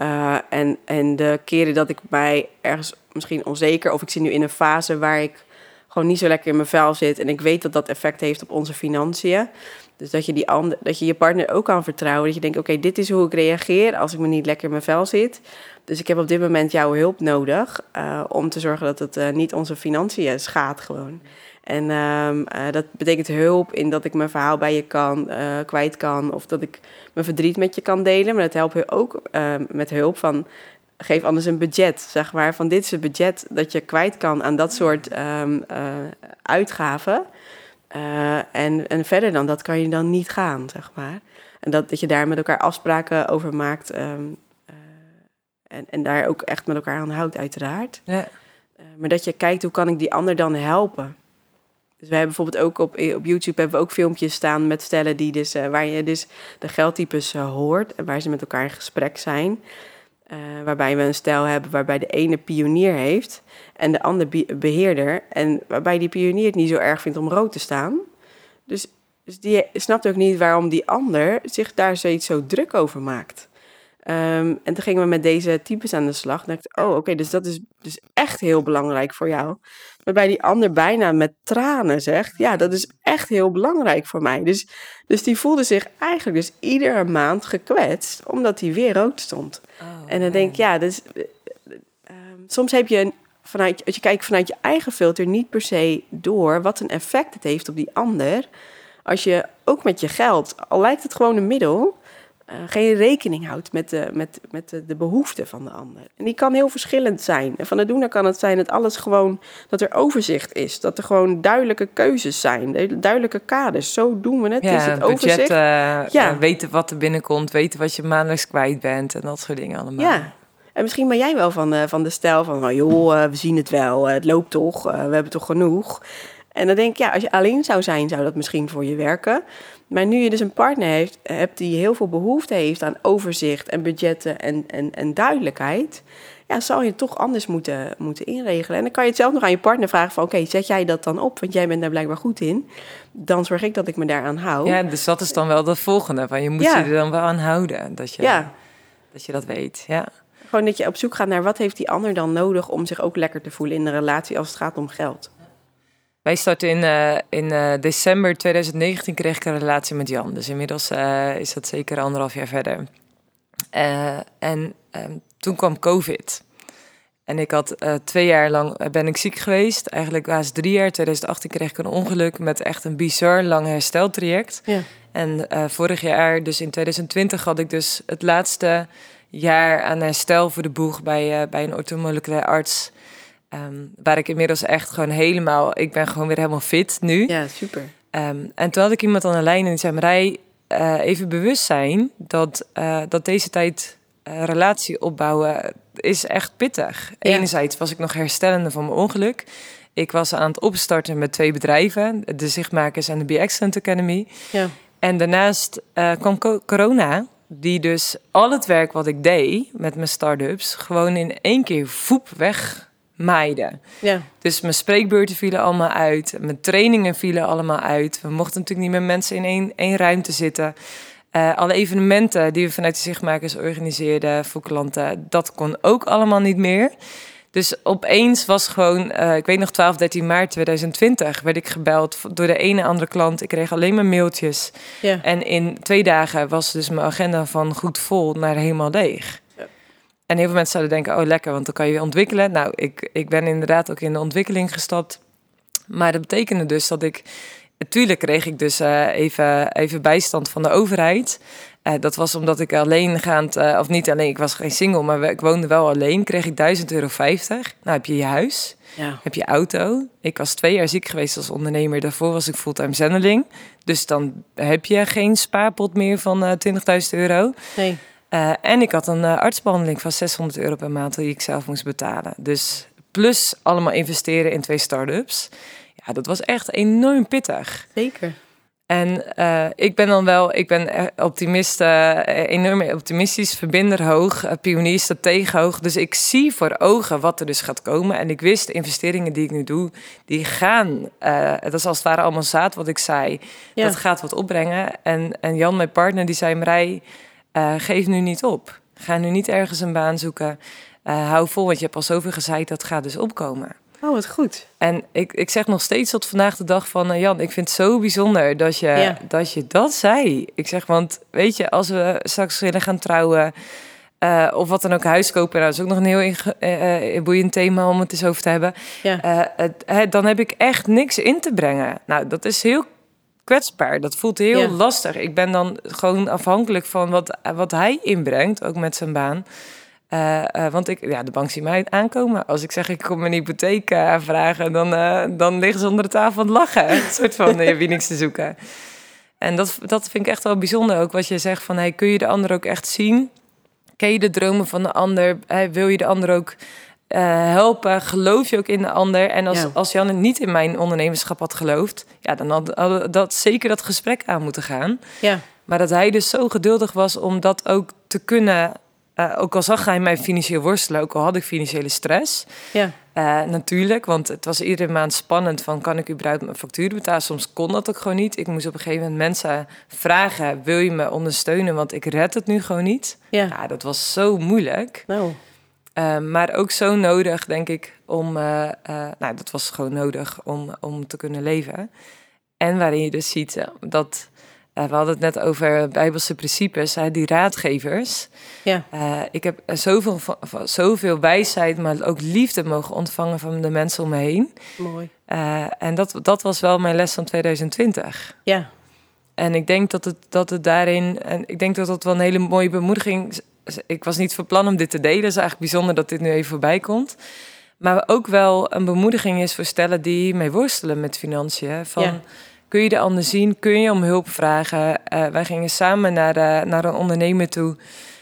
En de keren dat ik mij ergens misschien onzeker, of ik zit nu in een fase waar ik gewoon niet zo lekker in mijn vel zit en ik weet dat dat effect heeft op onze financiën. Dus dat je je partner ook kan vertrouwen. Dat je denkt, oké, dit is hoe ik reageer als ik me niet lekker in mijn vel zit. Dus ik heb op dit moment jouw hulp nodig om te zorgen dat het niet onze financiën schaadt gewoon. En dat betekent hulp in dat ik mijn verhaal bij je kwijt kan. Of dat ik mijn verdriet met je kan delen. Maar dat helpt je ook met hulp van, geef anders een budget, zeg maar. Van dit is het budget dat je kwijt kan aan dat soort uitgaven. En verder dan dat kan je dan niet gaan, zeg maar. En dat je daar met elkaar afspraken over maakt. En daar ook echt met elkaar aan houdt, uiteraard. Ja. Maar dat je kijkt, hoe kan ik die ander dan helpen? Dus wij hebben bijvoorbeeld ook op YouTube hebben we ook filmpjes staan met stellen die dus, waar je dus de geldtypes hoort. En waar ze met elkaar in gesprek zijn. Waarbij we een stel hebben waarbij de ene pionier heeft en de ander beheerder. En waarbij die pionier het niet zo erg vindt om rood te staan. Dus die snapt ook niet waarom die ander zich daar zoiets zo druk over maakt. En toen gingen we met deze types aan de slag. En dacht ik, oké, dus dat is dus echt heel belangrijk voor jou. Waarbij die ander bijna met tranen zegt, ja, dat is echt heel belangrijk voor mij. Dus die voelde zich eigenlijk dus iedere maand gekwetst, omdat hij weer rood stond. En dan denk ik, dus, soms heb je als je kijkt vanuit je eigen filter niet per se door wat een effect het heeft op die ander. Als je ook met je geld, al lijkt het gewoon een middel, geen rekening houdt met de behoeften van de ander. En die kan heel verschillend zijn. En van de doener kan het zijn dat er overzicht is. Dat er gewoon duidelijke keuzes zijn. Duidelijke kaders. Zo doen we het. Ja, is het overzicht. Budget, weten wat er binnenkomt. Weten wat je maandelijks kwijt bent. En dat soort dingen allemaal. Ja. En misschien ben jij wel van de stijl van, we zien het wel. Het loopt toch. We hebben toch genoeg. En dan denk ik, als je alleen zou zijn, zou dat misschien voor je werken. Maar nu je dus een partner hebt die heel veel behoefte heeft aan overzicht en budgetten en duidelijkheid, zal je het toch anders moeten inregelen. En dan kan je het zelf nog aan je partner vragen van, oké, zet jij dat dan op? Want jij bent daar blijkbaar goed in. Dan zorg ik dat ik me daaraan hou. Ja, dus dat is dan wel het volgende. Van je moet je er dan wel aan houden. Dat je dat weet, ja. Gewoon dat je op zoek gaat naar wat heeft die ander dan nodig om zich ook lekker te voelen in de relatie als het gaat om geld. Wij starten in december 2019 kreeg ik een relatie met Jan. Dus inmiddels is dat zeker 1,5 jaar verder. En toen kwam COVID. En ik had 2 jaar lang ben ik ziek geweest. Eigenlijk was 3 jaar. 2018 kreeg ik een ongeluk met echt een bizar lang hersteltraject. Ja. En vorig jaar, dus in 2020, had ik dus het laatste jaar aan herstel voor de boeg bij een orthomoleculair arts. Waar ik inmiddels echt gewoon helemaal... Ik ben gewoon weer helemaal fit nu. Ja, super. En toen had ik iemand aan de lijn en die zei... Marij, even bewust zijn dat deze tijd relatie opbouwen is echt pittig. Ja. Enerzijds was ik nog herstellende van mijn ongeluk. Ik was aan het opstarten met 2 bedrijven. De Zichtmakers en de Be Excellent Academy. Ja. En daarnaast kwam corona... die dus al het werk wat ik deed met mijn start-ups... gewoon in 1 keer wegmaaide. Ja. Dus mijn spreekbeurten vielen allemaal uit. Mijn trainingen vielen allemaal uit. We mochten natuurlijk niet met mensen in één ruimte zitten. Alle evenementen die we vanuit de Zichtmakers organiseerden voor klanten... dat kon ook allemaal niet meer. Dus opeens was gewoon, ik weet nog 12, 13 maart 2020... werd ik gebeld door de ene andere klant. Ik kreeg alleen maar mailtjes. Ja. En in 2 dagen was dus mijn agenda van goed vol naar helemaal leeg. Ja. En heel veel mensen zouden denken, oh lekker, want dan kan je weer ontwikkelen. Nou, ik ben inderdaad ook in de ontwikkeling gestapt. Maar dat betekende dus dat ik... Natuurlijk kreeg ik dus even bijstand van de overheid. Dat was omdat ik alleengaand, of niet alleen, ik was geen single, maar ik woonde wel alleen. Kreeg ik €1.050. Nou, heb je je huis, heb je auto. Ik was 2 jaar ziek geweest als ondernemer. Daarvoor was ik fulltime zendeling. Dus dan heb je geen spaarpot meer van €20.000. Nee. En ik had een artsbehandeling van €600 per maand die ik zelf moest betalen. Dus plus allemaal investeren in 2 start-ups. Ja, dat was echt enorm pittig. Zeker. En ik ben optimist, enorm optimistisch, verbinder hoog, pionier stratege hoog. Dus ik zie voor ogen wat er dus gaat komen. En ik wist, de investeringen die ik nu doe, die gaan... dat is als het ware allemaal zaad wat ik zei. Ja. Dat gaat wat opbrengen. En Jan, mijn partner, die zei... Marij, geef nu niet op. Ga nu niet ergens een baan zoeken. Hou vol, want je hebt al zoveel gezaaid, dat gaat dus opkomen. Oh, wat goed. En ik zeg nog steeds tot vandaag de dag van... Jan, ik vind het zo bijzonder dat je dat zei. Ik zeg, want weet je, als we straks willen gaan trouwen... of wat dan ook, huis kopen... Nou, dat is ook nog een heel boeiend thema om het eens over te hebben. Ja. Dan heb ik echt niks in te brengen. Nou, dat is heel kwetsbaar. Dat voelt heel lastig. Ik ben dan gewoon afhankelijk van wat hij inbrengt, ook met zijn baan... want de bank ziet mij aankomen. Als ik zeg, ik kom een hypotheek aanvragen... dan liggen ze onder de tafel aan het lachen. Een soort van, je hebt hier niks te zoeken. En dat vind ik echt wel bijzonder ook. Wat je zegt van, hey, kun je de ander ook echt zien? Ken je de dromen van de ander? Wil je de ander ook helpen? Geloof je ook in de ander? En als Jan niet in mijn ondernemerschap had geloofd... ja, dan had dat zeker dat gesprek aan moeten gaan. Ja. Maar dat hij dus zo geduldig was om dat ook te kunnen... ook al zag hij mij financieel worstelen, ook al had ik financiële stress. Ja. Natuurlijk, want het was iedere maand spannend van... kan ik überhaupt mijn facturen betalen? Soms kon dat ook gewoon niet. Ik moest op een gegeven moment mensen vragen... wil je me ondersteunen, want ik red het nu gewoon niet. Ja, dat was zo moeilijk. Nou. Maar ook zo nodig, denk ik, om... dat was gewoon nodig om te kunnen leven. En waarin je dus ziet dat... we hadden het net over Bijbelse principes, die raadgevers. Ja. Ik heb zoveel wijsheid, maar ook liefde mogen ontvangen van de mensen om me heen. Mooi. En dat was wel mijn les van 2020. Ja. En ik denk dat het daarin... En ik denk dat dat wel een hele mooie bemoediging... Ik was niet van plan om dit te delen. Het is eigenlijk bijzonder dat dit nu even voorbij komt. Maar ook wel een bemoediging is voor stellen die mee worstelen met financiën. Van... Kun je de ander zien? Kun je om hulp vragen? Wij gingen samen naar een ondernemer toe...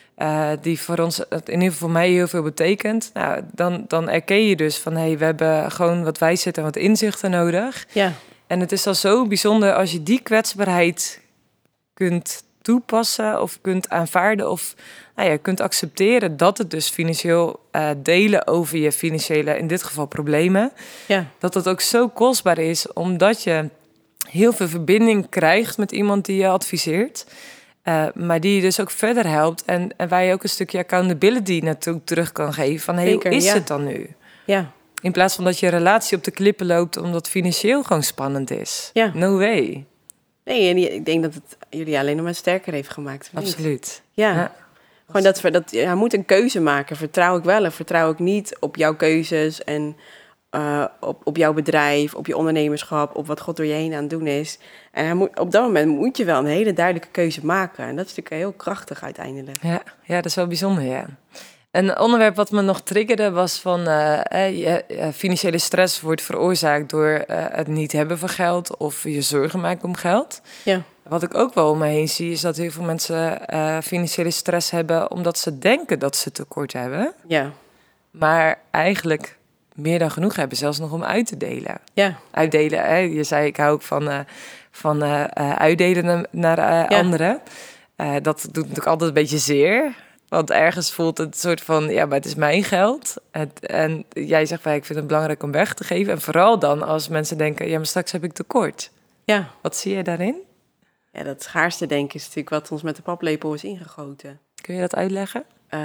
die voor ons, in ieder geval voor mij, heel veel betekent. Nou, dan erken je dus van... we hebben gewoon wat wijsheid en wat inzichten nodig. Ja. En het is dan zo bijzonder als je die kwetsbaarheid kunt toepassen... of kunt aanvaarden of kunt accepteren... dat het dus financieel delen over je financiële, in dit geval problemen... dat het ook zo kostbaar is, omdat je... heel veel verbinding krijgt met iemand die je adviseert. Maar die je dus ook verder helpt. En waar je ook een stukje accountability naartoe terug kan geven. Van, hoe is het dan nu? Ja. In plaats van dat je relatie op de klippen loopt omdat financieel gewoon spannend is. Ja. No way. Nee, en ik denk dat het jullie alleen nog maar sterker heeft gemaakt. Absoluut. Ja. Gewoon dat je moet een keuze maken. Vertrouw ik wel of vertrouw ik niet op jouw keuzes en op jouw bedrijf, op je ondernemerschap, op wat God door je heen aan het doen is. En op dat moment moet je wel een hele duidelijke keuze maken. En dat is natuurlijk heel krachtig uiteindelijk. Ja, dat is wel bijzonder, ja. Een onderwerp wat me nog triggerde was van financiële stress wordt veroorzaakt door het niet hebben van geld of je zorgen maken om geld. Ja. Wat ik ook wel om me heen zie is dat heel veel mensen financiële stress hebben omdat ze denken dat ze tekort hebben. Ja. Maar eigenlijk meer dan genoeg hebben, zelfs nog om uit te delen. Ja. Uitdelen, hè? Je zei ik hou ook van uitdelen naar anderen. Dat doet natuurlijk altijd een beetje zeer. Want ergens voelt het een soort van, ja, maar het is mijn geld. En jij zegt, ik vind het belangrijk om weg te geven. En vooral dan als mensen denken, ja, maar straks heb ik tekort. Ja. Wat zie je daarin? Ja, dat schaarste denken is natuurlijk wat ons met de paplepel is ingegoten. Kun je dat uitleggen?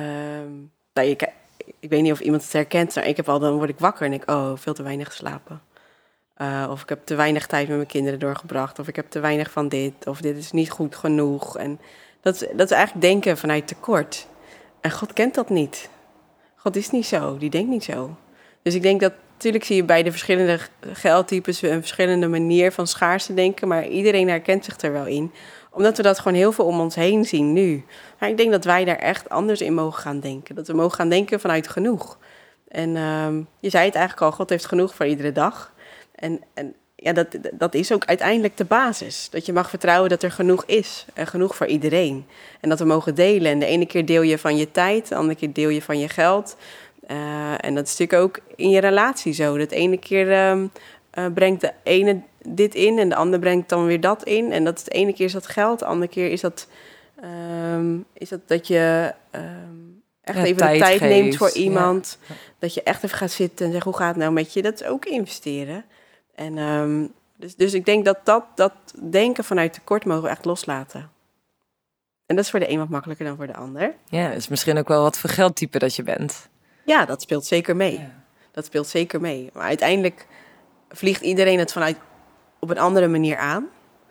Ik weet niet of iemand het herkent, maar dan word ik wakker en ik, veel te weinig geslapen. Of ik heb te weinig tijd met mijn kinderen doorgebracht. Of ik heb te weinig van dit. Of dit is niet goed genoeg. En dat is eigenlijk denken vanuit tekort. En God kent dat niet. God is niet zo. Die denkt niet zo. Dus ik denk dat, natuurlijk zie je bij de verschillende geldtypes een verschillende manier van schaarste denken. Maar iedereen herkent zich er wel in. Omdat we dat gewoon heel veel om ons heen zien nu. Maar ik denk dat wij daar echt anders in mogen gaan denken. Dat we mogen gaan denken vanuit genoeg. En je zei het eigenlijk al, God heeft genoeg voor iedere dag. En ja, dat is ook uiteindelijk de basis. Dat je mag vertrouwen dat er genoeg is. En genoeg voor iedereen. En dat we mogen delen. En de ene keer deel je van je tijd. De andere keer deel je van je geld. En dat is natuurlijk ook in je relatie zo. Dat ene keer brengt de ene dit in. En de ander brengt dan weer dat in. En dat is de ene keer is dat geld. De andere keer is dat dat je echt even de tijd neemt voor iemand. Ja. Dat je echt even gaat zitten en zegt, hoe gaat het nou met je? Dat is ook investeren. En dus ik denk dat denken vanuit tekort mogen we echt loslaten. En dat is voor de een wat makkelijker dan voor de ander. Ja, is misschien ook wel wat voor geldtype dat je bent. Ja, dat speelt zeker mee. Ja. Dat speelt zeker mee. Maar uiteindelijk vliegt iedereen het vanuit op een andere manier aan.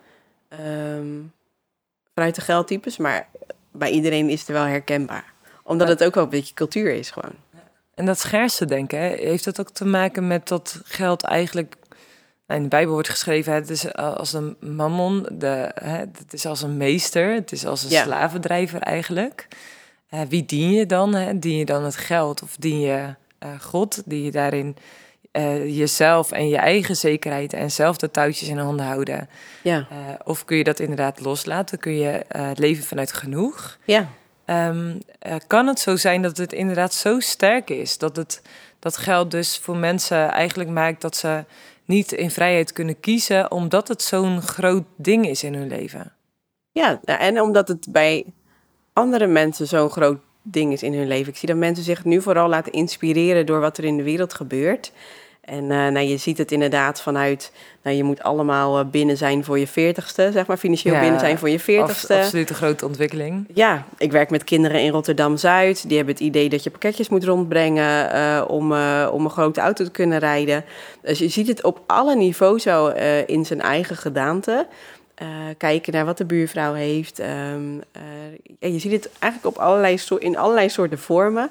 Vanuit de geldtypes, maar bij iedereen is het wel herkenbaar. Omdat het ook wel een beetje cultuur is gewoon. En dat schaarste denken, heeft dat ook te maken met dat geld eigenlijk... In de Bijbel wordt geschreven, het is als een mammon, het is als een meester, het is als een slavendrijver eigenlijk. Wie dien je dan? Dien je dan het geld of dien je God? Dien je daarin jezelf en je eigen zekerheid en zelf de touwtjes in handen houden? Ja. Of kun je dat inderdaad loslaten? Kun je leven vanuit genoeg? Ja. Kan het zo zijn dat het inderdaad zo sterk is, dat geld dus voor mensen eigenlijk maakt dat ze niet in vrijheid kunnen kiezen, omdat het zo'n groot ding is in hun leven? Ja, en omdat het bij andere mensen zo'n groot ding is in hun leven. Ik zie dat mensen zich nu vooral laten inspireren door wat er in de wereld gebeurt. En je ziet het inderdaad vanuit, je moet allemaal binnen zijn voor je 40ste, zeg maar, financieel binnen zijn voor je 40ste. Absoluut een grote ontwikkeling. Ja, ik werk met kinderen in Rotterdam-Zuid. Die hebben het idee dat je pakketjes moet rondbrengen om een grote auto te kunnen rijden. Dus je ziet het op alle niveaus zo in zijn eigen gedaante. Kijken naar wat de buurvrouw heeft. Je ziet het eigenlijk in allerlei soorten vormen.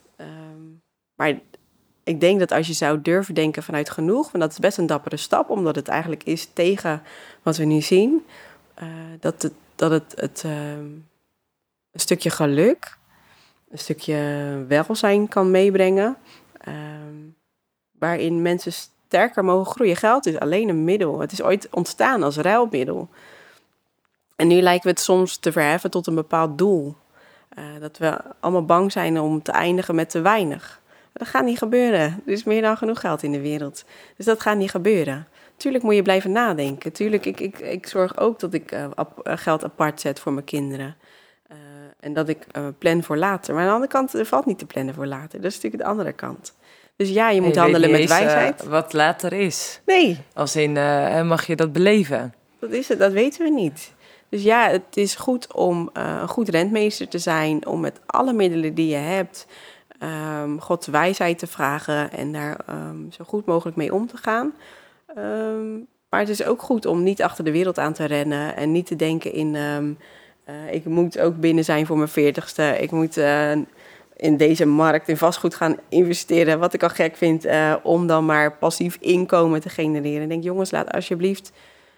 Maar ik denk dat als je zou durven denken vanuit genoeg, want dat is best een dappere stap, omdat het eigenlijk is tegen wat we nu zien, dat het een stukje geluk, een stukje welzijn kan meebrengen, waarin mensen sterker mogen groeien. Geld is alleen een middel. Het is ooit ontstaan als ruilmiddel. En nu lijken we het soms te verheffen tot een bepaald doel. Dat we allemaal bang zijn om te eindigen met te weinig. Dat gaat niet gebeuren. Er is meer dan genoeg geld in de wereld. Dus dat gaat niet gebeuren. Tuurlijk moet je blijven nadenken. Tuurlijk, ik zorg ook dat ik geld apart zet voor mijn kinderen. En dat ik plan voor later. Maar aan de andere kant, er valt niet te plannen voor later. Dat is natuurlijk de andere kant. Dus ja, je moet handelen met wijsheid. Wat later is. Nee. Als in, mag je dat beleven? Dat is het, dat weten we niet. Dus ja, het is goed om een goed rentmeester te zijn. Om met alle middelen die je hebt God wijsheid te vragen en daar zo goed mogelijk mee om te gaan. Maar het is ook goed om niet achter de wereld aan te rennen en niet te denken in... ik moet ook binnen zijn voor mijn 40ste. Ik moet in deze markt in vastgoed gaan investeren, wat ik al gek vind, om dan maar passief inkomen te genereren. Ik denk, jongens, laat alsjeblieft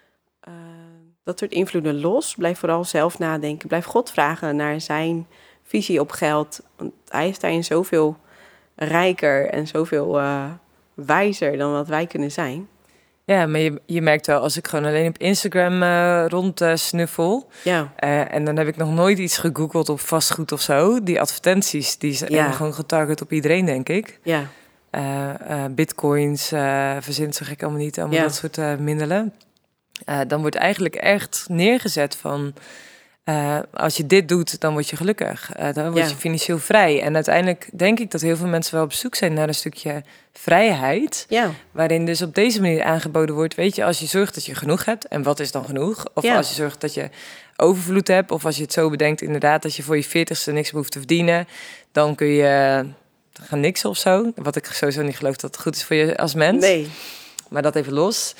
dat soort invloeden los. Blijf vooral zelf nadenken. Blijf God vragen naar zijn visie op geld. Want hij is daarin zoveel rijker en zoveel wijzer dan wat wij kunnen zijn. Ja, maar je merkt wel, als ik gewoon alleen op Instagram rondsnuffel... Ja. En dan heb ik nog nooit iets gegoogeld op vastgoed of zo. Die advertenties, die zijn gewoon getarget op iedereen, denk ik. Ja. Bitcoins, verzint zo gek allemaal niet, allemaal dat soort middelen. Dan wordt eigenlijk echt neergezet van... als je dit doet, dan word je gelukkig. Dan word je financieel vrij. En uiteindelijk denk ik dat heel veel mensen wel op zoek zijn naar een stukje vrijheid. Ja. Waarin dus op deze manier aangeboden wordt. Weet je, als je zorgt dat je genoeg hebt. En wat is dan genoeg? Of als je zorgt dat je overvloed hebt. Of als je het zo bedenkt inderdaad dat je voor je 40ste niks hoeft te verdienen. Dan kun je gaan niksen of zo. Wat ik sowieso niet geloof dat het goed is voor je als mens. Nee. Maar dat even los.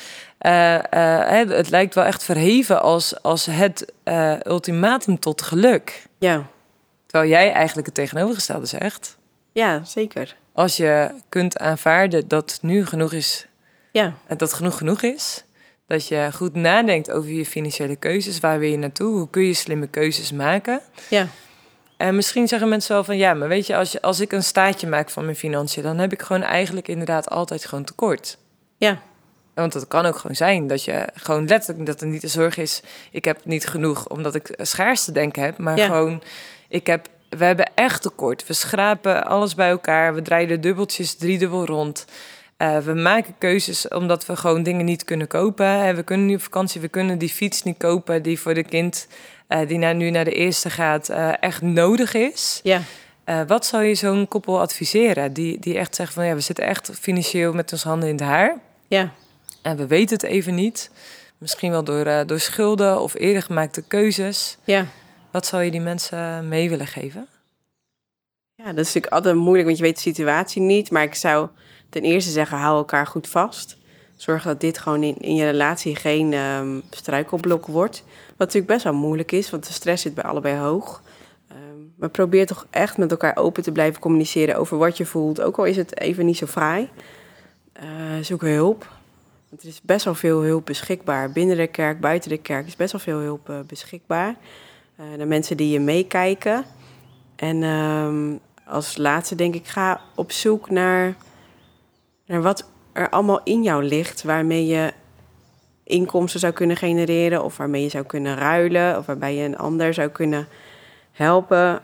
Het lijkt wel echt verheven als het ultimatum tot geluk. Ja. Terwijl jij eigenlijk het tegenovergestelde zegt. Ja, zeker. Als je kunt aanvaarden dat nu genoeg is. Ja. En dat genoeg is. Dat je goed nadenkt over je financiële keuzes. Waar wil je naartoe? Hoe kun je slimme keuzes maken? Ja. En misschien zeggen mensen wel van... ja, maar weet je, als ik een staatje maak van mijn financiën... dan heb ik gewoon eigenlijk inderdaad altijd gewoon tekort. Ja. Want het kan ook gewoon zijn dat je gewoon letterlijk... dat er niet de zorg is, ik heb niet genoeg... omdat ik schaarste denken heb. Maar gewoon, we hebben echt tekort. We schrapen alles bij elkaar. We draaien de dubbeltjes 3-dubbel rond. We maken keuzes omdat we gewoon dingen niet kunnen kopen. We kunnen nu op vakantie, we kunnen die fiets niet kopen... die voor de kind die nu naar de eerste gaat echt nodig is. Ja. Wat zou je zo'n koppel adviseren? Die echt zeggen van... ja, we zitten echt financieel met ons handen in het haar. Ja. En we weten het even niet. Misschien wel door schulden of eerder gemaakte keuzes. Ja. Wat zou je die mensen mee willen geven? Ja, dat is natuurlijk altijd moeilijk, want je weet de situatie niet. Maar ik zou ten eerste zeggen, hou elkaar goed vast. Zorg dat dit gewoon in je relatie geen struikelblok wordt. Wat natuurlijk best wel moeilijk is, want de stress zit bij allebei hoog. Maar probeer toch echt met elkaar open te blijven communiceren over wat je voelt. Ook al is het even niet zo fraai. Zoek hulp. Want er is best wel veel hulp beschikbaar. Binnen de kerk, buiten de kerk is best wel veel hulp beschikbaar. De mensen die je meekijken. En als laatste denk ik, ga op zoek naar wat er allemaal in jou ligt. Waarmee je inkomsten zou kunnen genereren. Of waarmee je zou kunnen ruilen. Of waarbij je een ander zou kunnen helpen.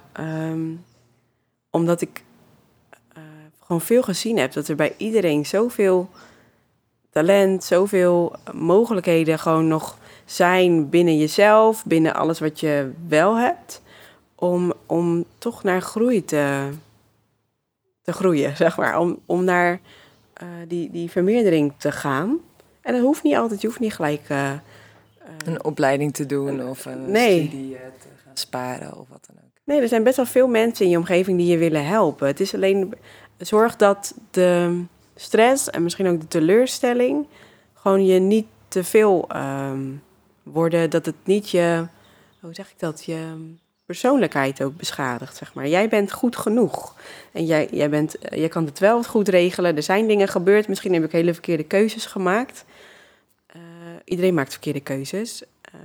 Omdat ik gewoon veel gezien heb. Dat er bij iedereen zoveel talent, zoveel mogelijkheden gewoon nog zijn binnen jezelf, binnen alles wat je wel hebt, om toch naar groei te groeien, zeg maar. Om naar die vermeerdering te gaan. En dat hoeft niet altijd, je hoeft niet gelijk... een opleiding te doen of een studie te gaan sparen of wat dan ook. Nee, er zijn best wel veel mensen in je omgeving die je willen helpen. Het is alleen, zorg dat de stress en misschien ook de teleurstelling gewoon je niet te veel worden, dat het niet je, hoe zeg ik dat, je persoonlijkheid ook beschadigt, zeg maar. Jij bent goed genoeg en jij kan het wel goed regelen. Er zijn dingen gebeurd, misschien heb ik hele verkeerde keuzes gemaakt. Iedereen maakt verkeerde keuzes.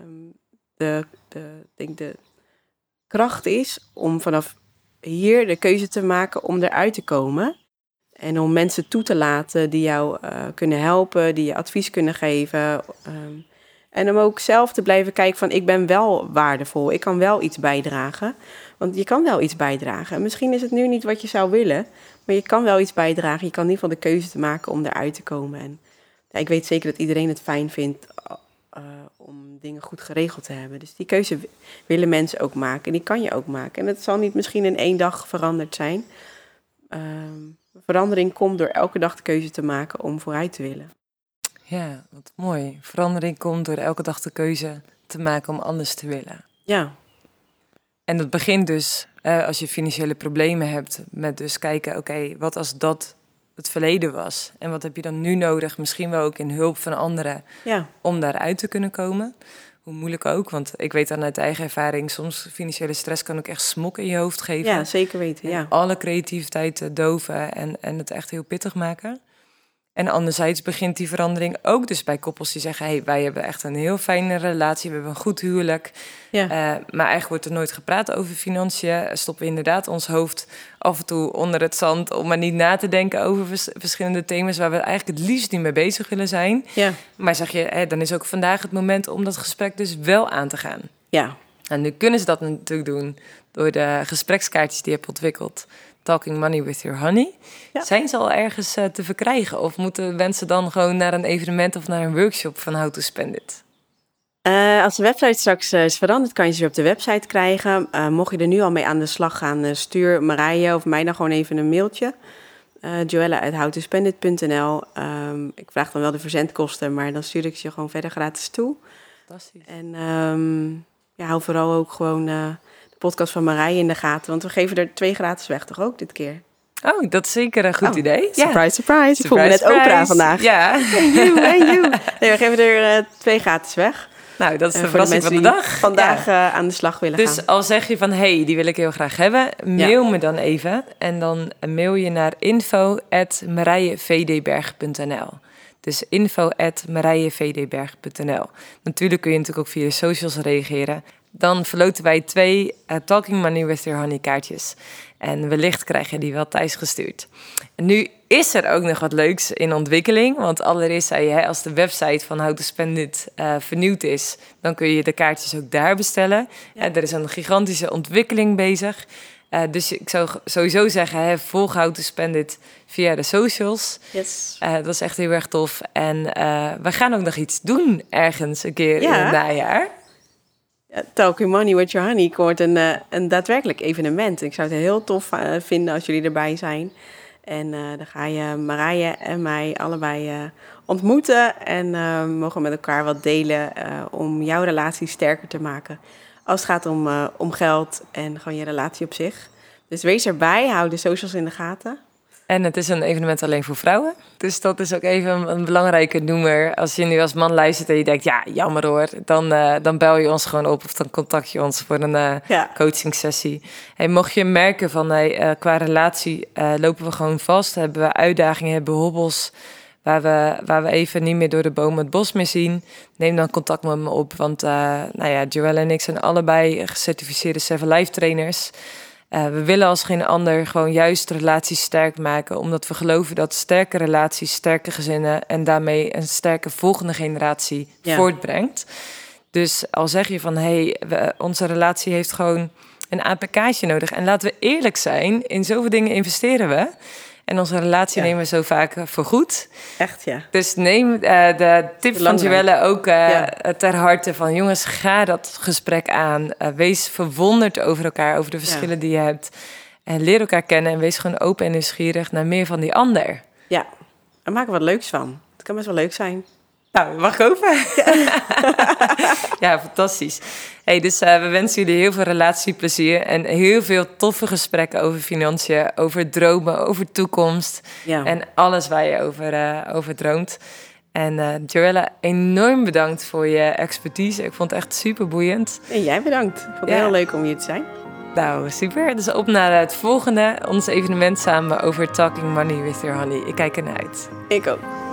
De kracht is om vanaf hier de keuze te maken om eruit te komen. En om mensen toe te laten die jou kunnen helpen, die je advies kunnen geven. En om ook zelf te blijven kijken van, ik ben wel waardevol. Ik kan wel iets bijdragen. Want je kan wel iets bijdragen. En misschien is het nu niet wat je zou willen, maar je kan wel iets bijdragen. Je kan in ieder geval de keuze te maken om eruit te komen. En ik weet zeker dat iedereen het fijn vindt om dingen goed geregeld te hebben. Dus die keuze willen mensen ook maken. En die kan je ook maken. En het zal niet misschien in 1 dag veranderd zijn. Verandering komt door elke dag de keuze te maken om vooruit te willen. Ja, wat mooi. Verandering komt door elke dag de keuze te maken om anders te willen. Ja. En dat begint dus, als je financiële problemen hebt, met dus kijken, oké, wat als dat het verleden was? En wat heb je dan nu nodig? Misschien wel ook in hulp van anderen, om daaruit te kunnen komen. Hoe moeilijk ook, want ik weet dan uit eigen ervaring, soms financiële stress kan ook echt smok in je hoofd geven. Ja, zeker weten, ja. Alle creativiteit doven en het echt heel pittig maken. En anderzijds begint die verandering ook dus bij koppels die zeggen, hey, wij hebben echt een heel fijne relatie, we hebben een goed huwelijk. Ja. Maar eigenlijk wordt er nooit gepraat over financiën. Stoppen we inderdaad ons hoofd af en toe onder het zand om maar niet na te denken over verschillende thema's waar we eigenlijk het liefst niet mee bezig willen zijn. Ja. Maar zeg je, dan is ook vandaag het moment om dat gesprek dus wel aan te gaan. Ja. En nu kunnen ze dat natuurlijk doen door de gesprekskaartjes die je hebt ontwikkeld. Talking Money with Your Honey. Ja. Zijn ze al ergens te verkrijgen? Of moeten mensen dan gewoon naar een evenement of naar een workshop van How to Spend It? Als de website straks is veranderd, kan je ze op de website krijgen. Mocht je er nu al mee aan de slag gaan, stuur Marije of mij dan gewoon even een mailtje. Joelle@howtospendit.nl. Ik vraag dan wel de verzendkosten, maar dan stuur ik ze gewoon verder gratis toe. Fantastisch. En hou vooral ook gewoon de podcast van Marije in de gaten. Want we geven er 2 gratis weg, toch ook dit keer? Oh, dat is zeker een goed idee. Surprise, surprise. Ik voel me net Oprah vandaag. Ja. You. Nee, we geven er 2 gratis weg. Nou, dat is de verrassing van de dag. Vandaag aan de slag willen gaan. Dus al zeg je van, hey, die wil ik heel graag hebben, mail me dan even. En dan mail je naar info@marijevdberg.nl. Dus info@marijevdberg.nl. Natuurlijk kun je natuurlijk ook via de socials reageren. Dan verloten wij 2 Talking Money with Your Honey kaartjes. En wellicht krijg je die wel thuis gestuurd. En nu is er ook nog wat leuks in ontwikkeling. Want allereerst zei je, als de website van How to Spend It vernieuwd is, dan kun je de kaartjes ook daar bestellen. Ja. Er is een gigantische ontwikkeling bezig. Dus ik zou sowieso zeggen, volg How to Spend It via de socials. Yes. Dat is echt heel erg tof. En we gaan ook nog iets doen ergens een keer in het najaar. Talking Money with Your Honey wordt een daadwerkelijk evenement. Ik zou het heel tof vinden als jullie erbij zijn. En dan ga je Marije en mij allebei ontmoeten. En mogen met elkaar wat delen om jouw relatie sterker te maken. Als het gaat om geld en gewoon je relatie op zich. Dus wees erbij, hou de socials in de gaten. En het is een evenement alleen voor vrouwen. Dus dat is ook even een belangrijke noemer. Als je nu als man luistert en je denkt, ja, jammer hoor. Dan bel je ons gewoon op of dan contact je ons voor een coachingsessie. Hey, mocht je merken van qua relatie lopen we gewoon vast. Hebben we uitdagingen, hebben we hobbels waar we even niet meer door de bomen het bos meer zien. Neem dan contact met me op. Want Joelle en ik zijn allebei gecertificeerde 7 Life trainers. We willen als geen ander gewoon juist relaties sterk maken. Omdat we geloven dat sterke relaties, sterke gezinnen en daarmee een sterke volgende generatie voortbrengt. Dus al zeg je van, onze relatie heeft gewoon een APK'tje nodig. En laten we eerlijk zijn, in zoveel dingen investeren we. En onze relatie nemen we zo vaak voor goed. Echt, ja. Dus neem de tip van Joelle ook ter harte van, jongens, ga dat gesprek aan. Wees verwonderd over elkaar, over de verschillen die je hebt. En leer elkaar kennen en wees gewoon open en nieuwsgierig naar meer van die ander. Ja, en maak er wat leuks van. Het kan best wel leuk zijn. Nou, mag ik hopen. Ja, fantastisch. Dus we wensen jullie heel veel relatieplezier en heel veel toffe gesprekken over financiën, over dromen, over toekomst en alles waar je over droomt. En Joelle, enorm bedankt voor je expertise. Ik vond het echt super boeiend. En jij bedankt. Ik vond het heel leuk om hier te zijn. Nou, super. Dus op naar het volgende, ons evenement samen over Talking Money with Your Honey. Ik kijk ernaar uit. Ik ook.